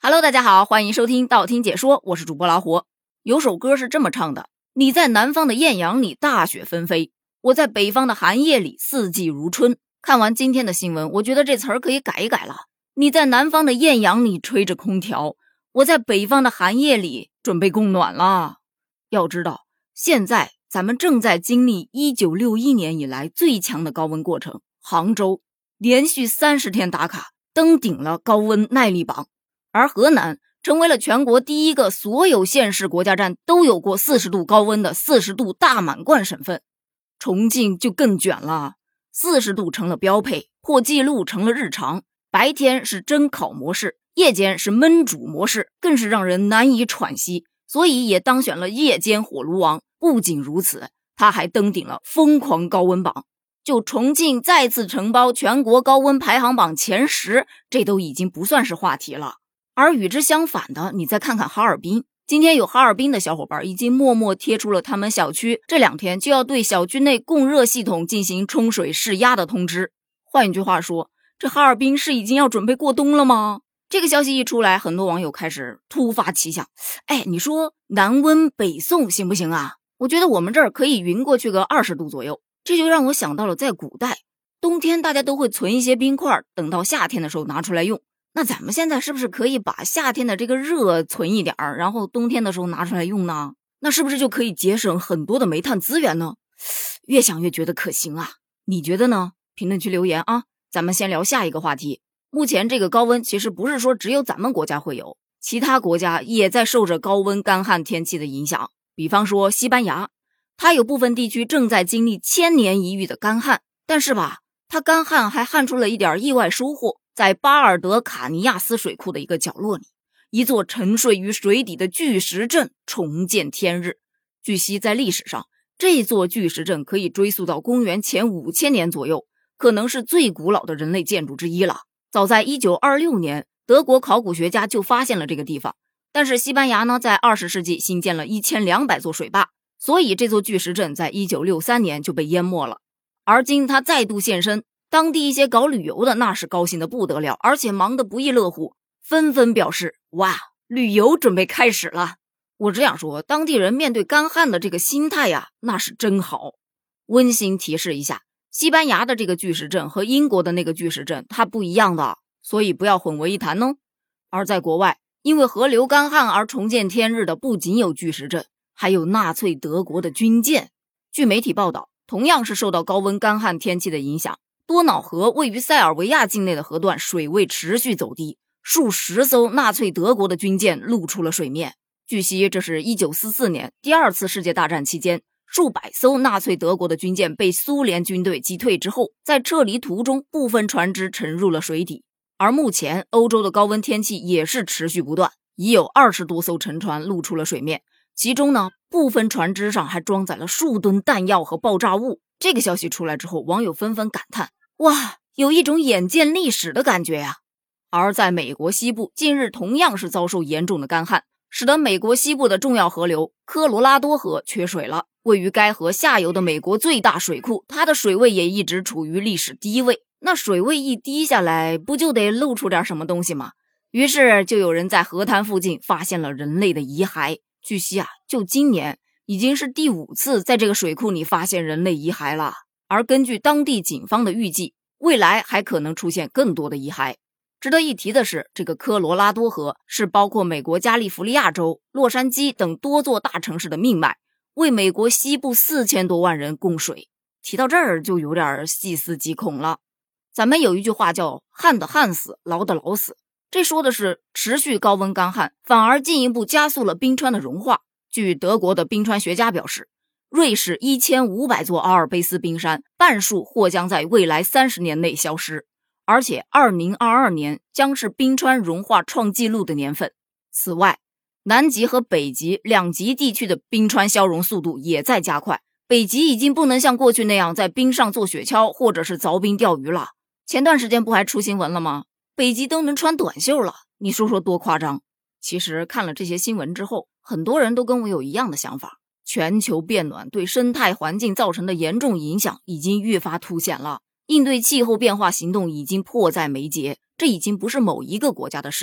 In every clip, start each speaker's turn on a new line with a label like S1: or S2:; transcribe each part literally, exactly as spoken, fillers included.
S1: Hello， 大家好，欢迎收听道听解说，我是主播老虎。有首歌是这么唱的：你在南方的艳阳里大雪纷飞，我在北方的寒夜里四季如春。看完今天的新闻，我觉得这词儿可以改一改了。你在南方的艳阳里吹着空调，我在北方的寒夜里准备供暖了。要知道，现在咱们正在经历一九六一年以来最强的高温过程。杭州连续三十天打卡，登顶了高温耐力榜。而河南成为了全国第一个所有县市国家站都有过四十度高温的四十度大满贯省份。重庆就更卷了，四十度成了标配，破纪录成了日常。白天是蒸烤模式，夜间是焖煮模式，更是让人难以喘息，所以也当选了夜间火炉王。不仅如此，他还登顶了疯狂高温榜。就重庆再次承包全国高温排行榜前十，这都已经不算是话题了。而与之相反的，你再看看哈尔滨，今天有哈尔滨的小伙伴已经默默贴出了他们小区这两天就要对小区内供热系统进行冲水试压的通知。换一句话说，这哈尔滨是已经要准备过冬了吗？这个消息一出来，很多网友开始突发奇想，哎，你说南温北送行不行啊？我觉得我们这儿可以匀过去个二十度左右。这就让我想到了在古代，冬天大家都会存一些冰块，等到夏天的时候拿出来用。那咱们现在是不是可以把夏天的这个热存一点儿，然后冬天的时候拿出来用呢？那是不是就可以节省很多的煤炭资源呢？越想越觉得可行啊，你觉得呢？评论区留言啊。咱们先聊下一个话题。目前这个高温其实不是说只有咱们国家会有，其他国家也在受着高温干旱天气的影响。比方说西班牙，它有部分地区正在经历千年一遇的干旱，但是吧，它干旱还旱出了一点意外收获。在巴尔德卡尼亚斯水库的一个角落里，一座沉睡于水底的巨石阵重见天日。据悉在历史上，这座巨石阵可以追溯到公元前五千年左右，可能是最古老的人类建筑之一了。早在一九二六年，德国考古学家就发现了这个地方，但是西班牙呢，在二十世纪新建了一千两百座水坝，所以这座巨石阵在一九六三年就被淹没了。而今它再度现身，当地一些搞旅游的那是高兴的不得了，而且忙得不亦乐乎，纷纷表示哇，旅游准备开始了。我只想说，当地人面对干旱的这个心态呀，那是真好。温馨提示一下，西班牙的这个巨石阵和英国的那个巨石阵它不一样的，所以不要混为一谈哦。而在国外，因为河流干旱而重见天日的不仅有巨石阵，还有纳粹德国的军舰。据媒体报道，同样是受到高温干旱天气的影响，多瑙河位于塞尔维亚境内的河段水位持续走低，数十艘纳粹德国的军舰露出了水面。据悉，这是一九四四年第二次世界大战期间，数百艘纳粹德国的军舰被苏联军队击退之后，在撤离途中部分船只沉入了水底。而目前欧洲的高温天气也是持续不断，已有二十多艘沉船露出了水面，其中呢，部分船只上还装载了数吨弹药和爆炸物。这个消息出来之后，网友纷纷感叹，哇，有一种眼见历史的感觉呀、啊！而在美国西部，近日同样是遭受严重的干旱，使得美国西部的重要河流科罗拉多河缺水了。位于该河下游的美国最大水库，它的水位也一直处于历史低位。那水位一低下来，不就得露出点什么东西吗？于是就有人在河滩附近发现了人类的遗骸。据悉啊，就今年已经是第五次在这个水库里发现人类遗骸了。而根据当地警方的预计，未来还可能出现更多的遗骸。值得一提的是，这个科罗拉多河是包括美国加利福利亚州、洛杉矶等多座大城市的命脉，为美国西部四千多万人供水。提到这儿就有点细思极恐了。咱们有一句话叫旱的旱死，涝的涝死，这说的是持续高温干旱反而进一步加速了冰川的融化。据德国的冰川学家表示，瑞士一千五百座阿尔卑斯冰山半数或将在未来三十年内消失，而且二零二二年将是冰川融化创纪录的年份。此外，南极和北极两极地区的冰川消融速度也在加快，北极已经不能像过去那样在冰上做雪橇或者是凿冰钓鱼了。前段时间不还出新闻了吗？北极都能穿短袖了，你说说多夸张。其实看了这些新闻之后，很多人都跟我有一样的想法，全球变暖对生态环境造成的严重影响已经愈发凸显了，应对气候变化行动已经迫在眉睫，这已经不是某一个国家的事情，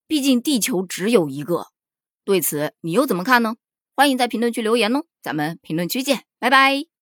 S1: 毕竟地球只有一个。对此你又怎么看呢？欢迎在评论区留言哦，咱们评论区见，拜拜。